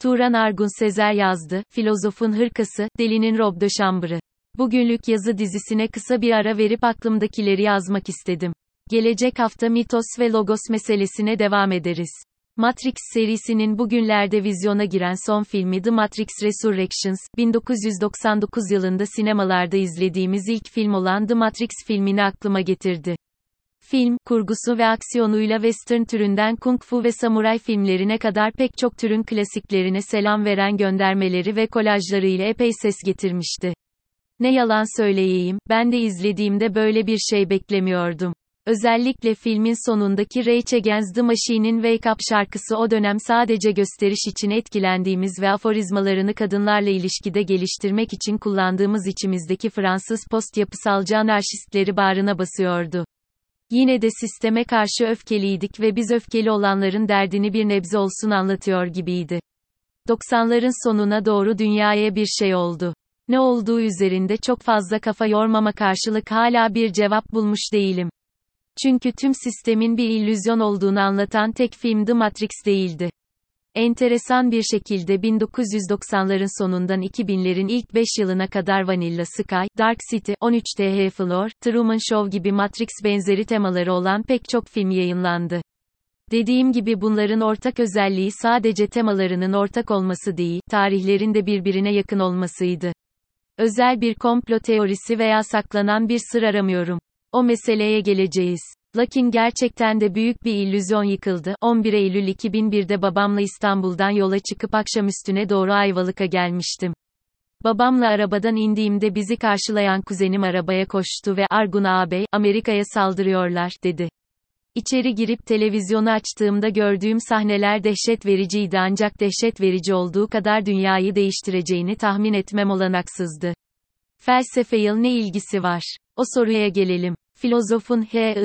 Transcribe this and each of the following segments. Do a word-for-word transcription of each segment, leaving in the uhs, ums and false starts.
Turan Argun Sezer yazdı, Filozofun Hırkası, Delinin Robe de Chambre. Bugünlük yazı dizisine kısa bir ara verip aklımdakileri yazmak istedim. Gelecek hafta mitos ve logos meselesine devam ederiz. Matrix serisinin bugünlerde vizyona giren son filmi The Matrix Resurrections, bin dokuz yüz doksan dokuz yılında sinemalarda izlediğimiz ilk film olan The Matrix filmini aklıma getirdi. Film, kurgusu ve aksiyonuyla western türünden kung fu ve samuray filmlerine kadar pek çok türün klasiklerine selam veren göndermeleri ve kolajlarıyla epey ses getirmişti. Ne yalan söyleyeyim, ben de izlediğimde böyle bir şey beklemiyordum. Özellikle filmin sonundaki Rage Against the Machine'in Wake Up şarkısı o dönem sadece gösteriş için etkilendiğimiz ve aforizmalarını kadınlarla ilişkide geliştirmek için kullandığımız içimizdeki Fransız post-yapısalcı anarşistleri bağrına basıyordu. Yine de sisteme karşı öfkeliydik ve biz öfkeli olanların derdini bir nebze olsun anlatıyor gibiydi. doksanların sonuna doğru dünyaya bir şey oldu. Ne olduğu üzerinde çok fazla kafa yormama karşılık hala bir cevap bulmuş değilim. Çünkü tüm sistemin bir illüzyon olduğunu anlatan tek film The Matrix değildi. Enteresan bir şekilde bin dokuz yüz doksanların sonundan iki binlerin ilk beş yılına kadar Vanilla Sky, Dark City, on üç T H Floor, Truman Show gibi Matrix benzeri temaları olan pek çok film yayınlandı. Dediğim gibi bunların ortak özelliği sadece temalarının ortak olması değil, tarihlerin de birbirine yakın olmasıydı. Özel bir komplo teorisi veya saklanan bir sır aramıyorum. O meseleye geleceğiz. Lakin gerçekten de büyük bir illüzyon yıkıldı. on bir Eylül iki bin birde babamla İstanbul'dan yola çıkıp akşamüstüne doğru Ayvalık'a gelmiştim. Babamla arabadan indiğimde bizi karşılayan kuzenim arabaya koştu ve "Argun ağabey, Amerika'ya saldırıyorlar," dedi. İçeri girip televizyonu açtığımda gördüğüm sahneler dehşet vericiydi ancak dehşet verici olduğu kadar dünyayı değiştireceğini tahmin etmem olanaksızdı. Felsefeyle ne ilgisi var? O soruya gelelim. Filozofun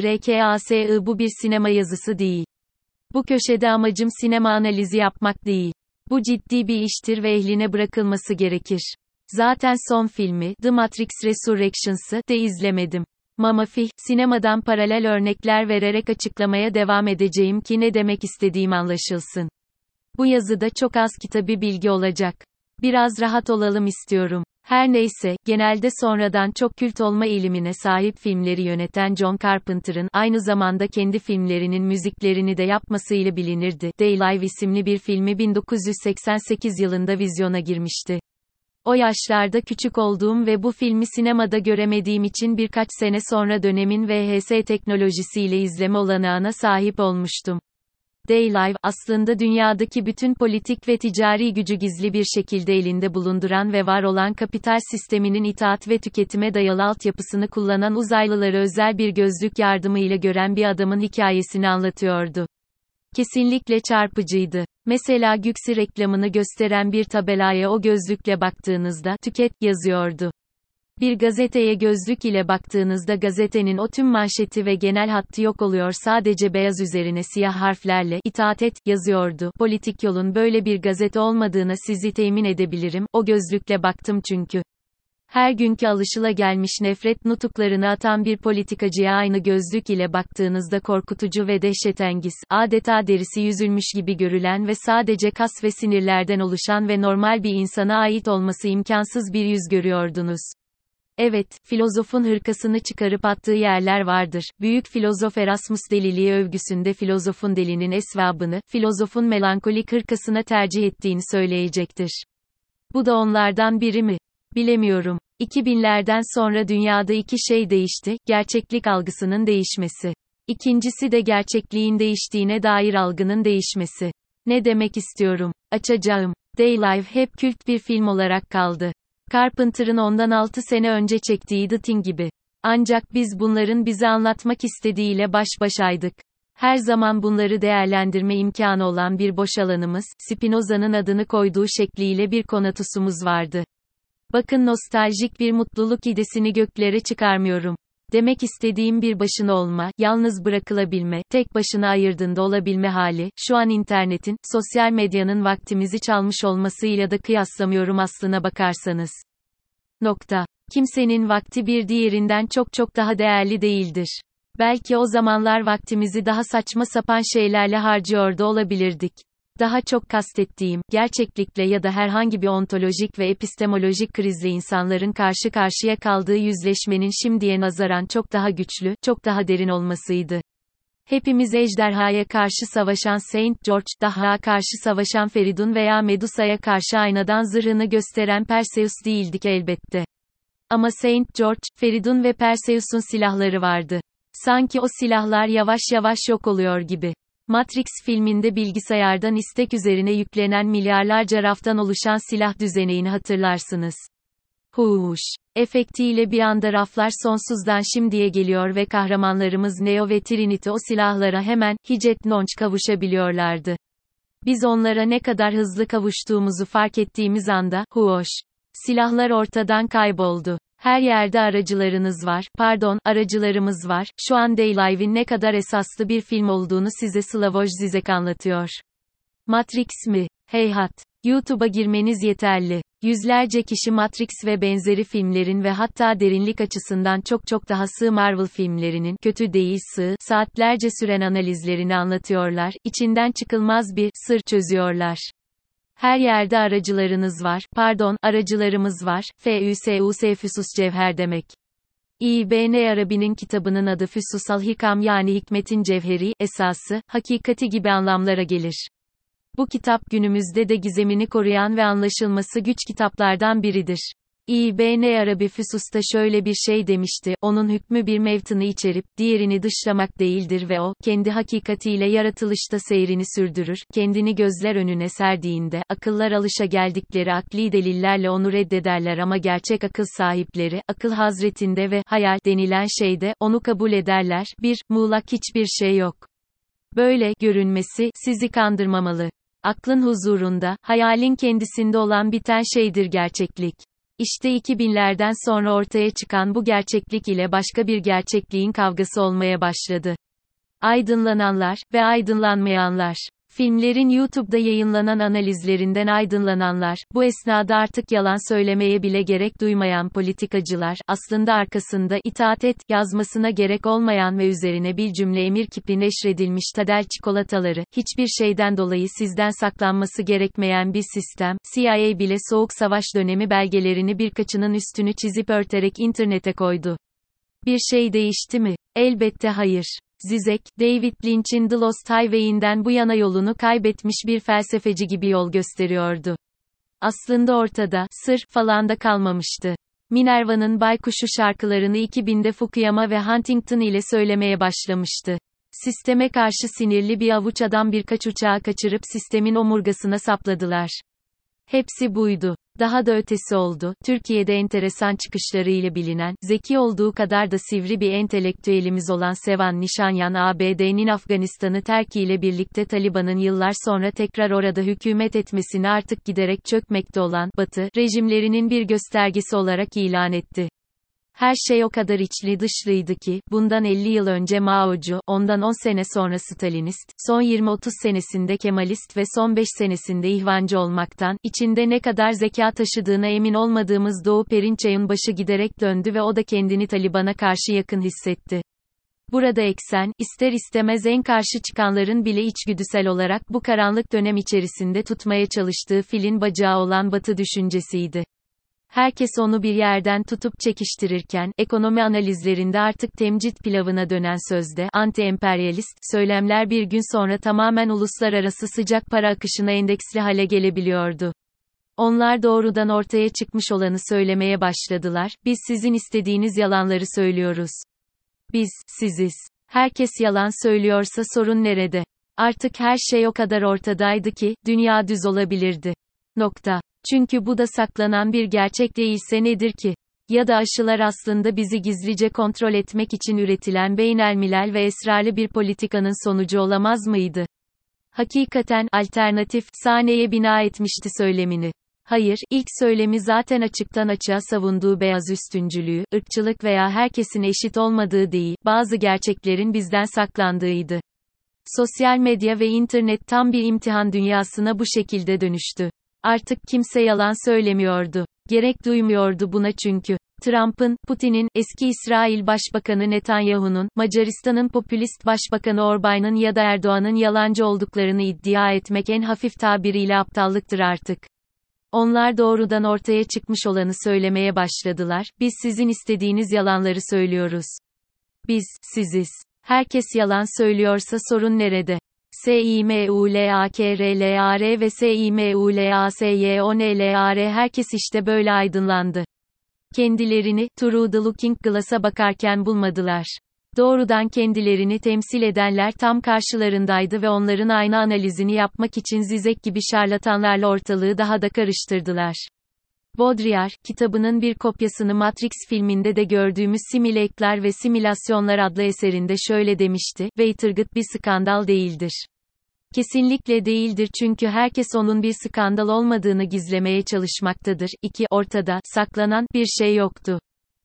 Hırkası bu bir sinema yazısı değil. Bu köşede amacım sinema analizi yapmak değil. Bu ciddi bir iştir ve ehline bırakılması gerekir. Zaten son filmi, The Matrix Resurrections'ı de izlemedim. Mamafih, sinemadan paralel örnekler vererek açıklamaya devam edeceğim ki ne demek istediğim anlaşılsın. Bu yazıda çok az kitabi bilgi olacak. Biraz rahat olalım istiyorum. Her neyse, genelde sonradan çok kült olma eğilimine sahip filmleri yöneten John Carpenter'ın, aynı zamanda kendi filmlerinin müziklerini de yapmasıyla bilinirdi. Day Live isimli bir filmi bin dokuz yüz seksen sekiz yılında vizyona girmişti. O yaşlarda küçük olduğum ve bu filmi sinemada göremediğim için birkaç sene sonra dönemin V H S teknolojisiyle izleme olanağına sahip olmuştum. Day Live, aslında dünyadaki bütün politik ve ticari gücü gizli bir şekilde elinde bulunduran ve var olan kapital sisteminin itaat ve tüketime dayalı altyapısını kullanan uzaylıları özel bir gözlük yardımıyla gören bir adamın hikayesini anlatıyordu. Kesinlikle çarpıcıydı. Mesela Güksi reklamını gösteren bir tabelaya o gözlükle baktığınızda, "Tüket," yazıyordu. Bir gazeteye gözlük ile baktığınızda gazetenin o tüm manşeti ve genel hattı yok oluyor, sadece beyaz üzerine siyah harflerle "İtaat et," yazıyordu. Politik Yol'un böyle bir gazete olmadığına sizi temin edebilirim, o gözlükle baktım çünkü. Her günkü alışılagelmiş nefret nutuklarını atan bir politikacıya aynı gözlük ile baktığınızda korkutucu ve dehşetengiz, adeta derisi yüzülmüş gibi görülen ve sadece kas ve sinirlerden oluşan ve normal bir insana ait olması imkansız bir yüz görüyordunuz. Evet, filozofun hırkasını çıkarıp attığı yerler vardır. Büyük filozof Erasmus deliliği övgüsünde filozofun delinin esvabını, filozofun melankolik hırkasına tercih ettiğini söyleyecektir. Bu da onlardan biri mi? Bilemiyorum. iki binlerden sonra dünyada iki şey değişti, gerçeklik algısının değişmesi. İkincisi de gerçekliğin değiştiğine dair algının değişmesi. Ne demek istiyorum? Açacağım. Day Live hep kült bir film olarak kaldı. Carpenter'ın ondan altı sene önce çektiği The Thing gibi. Ancak biz bunların bize anlatmak istediğiyle baş başaydık. Her zaman bunları değerlendirme imkanı olan bir boş alanımız, Spinoza'nın adını koyduğu şekliyle bir konatusumuz vardı. Bakın, nostaljik bir mutluluk idesini göklere çıkarmıyorum. Demek istediğim bir başına olma, yalnız bırakılabilme, tek başına ayırdığında olabilme hali, şu an internetin, sosyal medyanın vaktimizi çalmış olmasıyla da kıyaslamıyorum aslına bakarsanız. Nokta. Kimsenin vakti bir diğerinden çok çok daha değerli değildir. Belki o zamanlar vaktimizi daha saçma sapan şeylerle harcıyor da olabilirdik. Daha çok kastettiğim, gerçeklikle ya da herhangi bir ontolojik ve epistemolojik krizle insanların karşı karşıya kaldığı yüzleşmenin şimdiye nazaran çok daha güçlü, çok daha derin olmasıydı. Hepimiz ejderhaya karşı savaşan Saint George, Dahak'a karşı savaşan Feridun veya Medusa'ya karşı aynadan zırhını gösteren Perseus değildik elbette. Ama Saint George, Feridun ve Perseus'un silahları vardı. Sanki o silahlar yavaş yavaş yok oluyor gibi. Matrix filminde bilgisayardan istek üzerine yüklenen milyarlarca raftan oluşan silah düzeneğini hatırlarsınız. Huuuş efektiyle bir anda raflar sonsuzdan şimdiye geliyor ve kahramanlarımız Neo ve Trinity o silahlara hemen, hicet nonç kavuşabiliyorlardı. Biz onlara ne kadar hızlı kavuştuğumuzu fark ettiğimiz anda, huoş, silahlar ortadan kayboldu. Her yerde aracılarınız var, pardon, aracılarımız var. Şu an Day Live'in ne kadar esaslı bir film olduğunu size Slavoj Zizek anlatıyor. Matrix mi? Heyhat. YouTube'a girmeniz yeterli. Yüzlerce kişi Matrix ve benzeri filmlerin ve hatta derinlik açısından çok çok daha sığ Marvel filmlerinin, kötü değil sığ, saatlerce süren analizlerini anlatıyorlar, içinden çıkılmaz bir sır çözüyorlar. Her yerde aracılarınız var, pardon, aracılarımız var, Füsus Füsus cevher demek. İbn Arabi'nin kitabının adı Füsusal Hikam yani hikmetin cevheri, esası, hakikati gibi anlamlara gelir. Bu kitap günümüzde de gizemini koruyan ve anlaşılması güç kitaplardan biridir. İbn Arabi Füsus'ta şöyle bir şey demişti, onun hükmü bir mevtını içerip, diğerini dışlamak değildir ve o, kendi hakikatiyle yaratılışta seyrini sürdürür, kendini gözler önüne serdiğinde, akıllar alışageldikleri akli delillerle onu reddederler ama gerçek akıl sahipleri, akıl hazretinde ve hayal denilen şeyde, onu kabul ederler, bir, muğlak hiçbir şey yok. Böyle görünmesi, sizi kandırmamalı. Aklın huzurunda, hayalin kendisinde olan biten şeydir gerçeklik. İşte iki binlerden sonra ortaya çıkan bu gerçeklik ile başka bir gerçekliğin kavgası olmaya başladı. Aydınlananlar ve aydınlanmayanlar. Filmlerin YouTube'da yayınlanan analizlerinden aydınlananlar, bu esnada artık yalan söylemeye bile gerek duymayan politikacılar, aslında arkasında itaat et yazmasına gerek olmayan ve üzerine bir cümle emir kipi neşredilmiş Tadel çikolataları, hiçbir şeyden dolayı sizden saklanması gerekmeyen bir sistem, C I A bile Soğuk Savaş dönemi belgelerini birkaçının üstünü çizip örterek internete koydu. Bir şey değişti mi? Elbette hayır. Zizek, David Lynch'in The Lost Highway'inden bu yana yolunu kaybetmiş bir felsefeci gibi yol gösteriyordu. Aslında ortada, sır, falan da kalmamıştı. Minerva'nın Baykuşu şarkılarını iki binde Fukuyama ve Huntington ile söylemeye başlamıştı. Sisteme karşı sinirli bir avuç adam birkaç uçağı kaçırıp sistemin omurgasına sapladılar. Hepsi buydu. Daha da ötesi oldu. Türkiye'de enteresan çıkışlarıyla bilinen, zeki olduğu kadar da sivri bir entelektüelimiz olan Sevan Nişanyan A B D'nin Afganistan'ı terkiyle birlikte Taliban'ın yıllar sonra tekrar orada hükümet etmesini artık giderek çökmekte olan Batı rejimlerinin bir göstergesi olarak ilan etti. Her şey o kadar içli dışlıydı ki, bundan elli yıl önce Mao'cu, ondan on sene sonra Stalinist, son yirmi otuz senesinde Kemalist ve son beş senesinde İhvancı olmaktan, içinde ne kadar zeka taşıdığına emin olmadığımız Doğu Perinçay'ın başı giderek döndü ve o da kendini Taliban'a karşı yakın hissetti. Burada eksen, ister istemez en karşı çıkanların bile içgüdüsel olarak bu karanlık dönem içerisinde tutmaya çalıştığı filin bacağı olan Batı düşüncesiydi. Herkes onu bir yerden tutup çekiştirirken, ekonomi analizlerinde artık temcit pilavına dönen sözde, anti-emperyalist, söylemler bir gün sonra tamamen uluslararası sıcak para akışına endeksli hale gelebiliyordu. Onlar doğrudan ortaya çıkmış olanı söylemeye başladılar, biz sizin istediğiniz yalanları söylüyoruz. Biz, siziz. Herkes yalan söylüyorsa sorun nerede? Artık her şey o kadar ortadaydı ki, dünya düz olabilirdi. Nokta. Çünkü bu da saklanan bir gerçek değilse nedir ki? Ya da aşılar aslında bizi gizlice kontrol etmek için üretilen beynelmilel ve esrarlı bir politikanın sonucu olamaz mıydı? Hakikaten, alternatif, sahneye bina etmişti söylemini. Hayır, ilk söylemi zaten açıktan açığa savunduğu beyaz üstüncülüğü, ırkçılık veya herkesin eşit olmadığı değil, bazı gerçeklerin bizden saklandığıydı. Sosyal medya ve internet tam bir imtihan dünyasına bu şekilde dönüştü. Artık kimse yalan söylemiyordu. Gerek duymuyordu buna çünkü. Trump'ın, Putin'in, eski İsrail Başbakanı Netanyahu'nun, Macaristan'ın popülist Başbakanı Orban'ın ya da Erdoğan'ın yalancı olduklarını iddia etmek en hafif tabiriyle aptallıktır artık. Onlar doğrudan ortaya çıkmış olanı söylemeye başladılar, biz sizin istediğiniz yalanları söylüyoruz. Biz, siziz. Herkes yalan söylüyorsa sorun nerede? SİMULAKRLAR ve SİMULASYONLAR herkes işte böyle aydınlandı. Kendilerini, Through the Looking Glass'a bakarken bulmadılar. Doğrudan kendilerini temsil edenler tam karşılarındaydı ve onların aynı analizini yapmak için zizek gibi şarlatanlarla ortalığı daha da karıştırdılar. Baudrillard, kitabının bir kopyasını Matrix filminde de gördüğümüz Simülekler ve Simülasyonlar adlı eserinde şöyle demişti, Watergate bir skandal değildir. Kesinlikle değildir çünkü herkes onun bir skandal olmadığını gizlemeye çalışmaktadır. iki Ortada, saklanan, bir şey yoktu.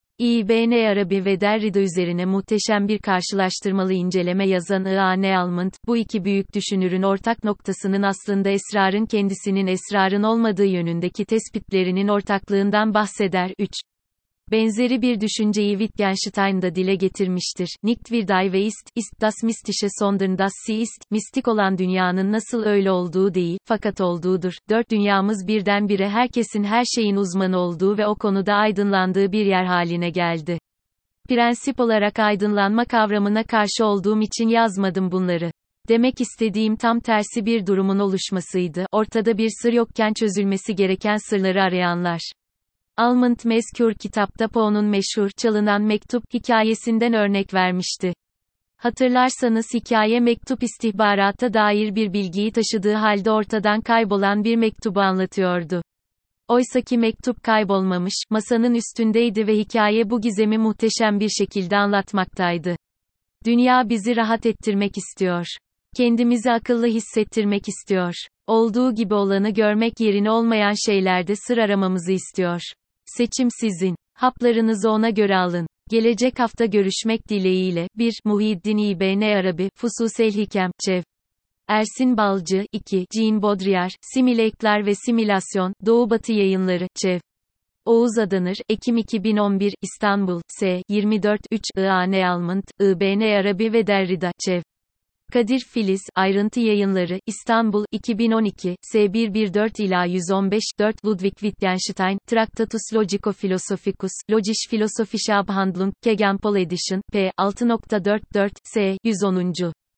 İbn Arabi ve Derrida üzerine muhteşem bir karşılaştırmalı inceleme yazan İan Almond, bu iki büyük düşünürün ortak noktasının aslında esrarın kendisinin esrarın olmadığı yönündeki tespitlerinin ortaklığından bahseder. üç Benzeri bir düşünceyi Wittgenstein da dile getirmiştir. Nicht wir die Weist, ist das Mystische sondern das sie ist, mistik olan dünyanın nasıl öyle olduğu değil, fakat olduğudur. dört Dünyamız birdenbire herkesin her şeyin uzmanı olduğu ve o konuda aydınlandığı bir yer haline geldi. Prensip olarak aydınlanma kavramına karşı olduğum için yazmadım bunları. Demek istediğim tam tersi bir durumun oluşmasıydı. Ortada bir sır yokken çözülmesi gereken sırları arayanlar. Almond mezkür kitapta Poe'nun meşhur, çalınan mektup, hikayesinden örnek vermişti. Hatırlarsanız hikaye mektup istihbarata dair bir bilgiyi taşıdığı halde ortadan kaybolan bir mektubu anlatıyordu. Oysaki mektup kaybolmamış, masanın üstündeydi ve hikaye bu gizemi muhteşem bir şekilde anlatmaktaydı. Dünya bizi rahat ettirmek istiyor. Kendimizi akıllı hissettirmek istiyor. Olduğu gibi olanı görmek yerine olmayan şeylerde sır aramamızı istiyor. Seçim sizin. Haplarınızı ona göre alın. Gelecek hafta görüşmek dileğiyle. bir Muhyiddin İbn Arabi, Fusus-el Hikem, Çev. Ersin Balcı, iki Jean Baudrillard, Simülekler ve Simülasyon, Doğu Batı Yayınları, Çev. Oğuz Adanır, Ekim iki bin on bir, İstanbul, S. yirmi dört üç İan Almond, İbn Arabi ve Derrida, Çev. Kadir Filiz, Ayrıntı Yayınları, İstanbul, iki bin on iki, S yüz on dört ila yüz on beş, dört Ludwig Wittgenstein, Tractatus Logico-Philosophicus, Logische Philosophische Abhandlung, Gegenpol Edition, p. altı nokta dört dört, S. yüz on.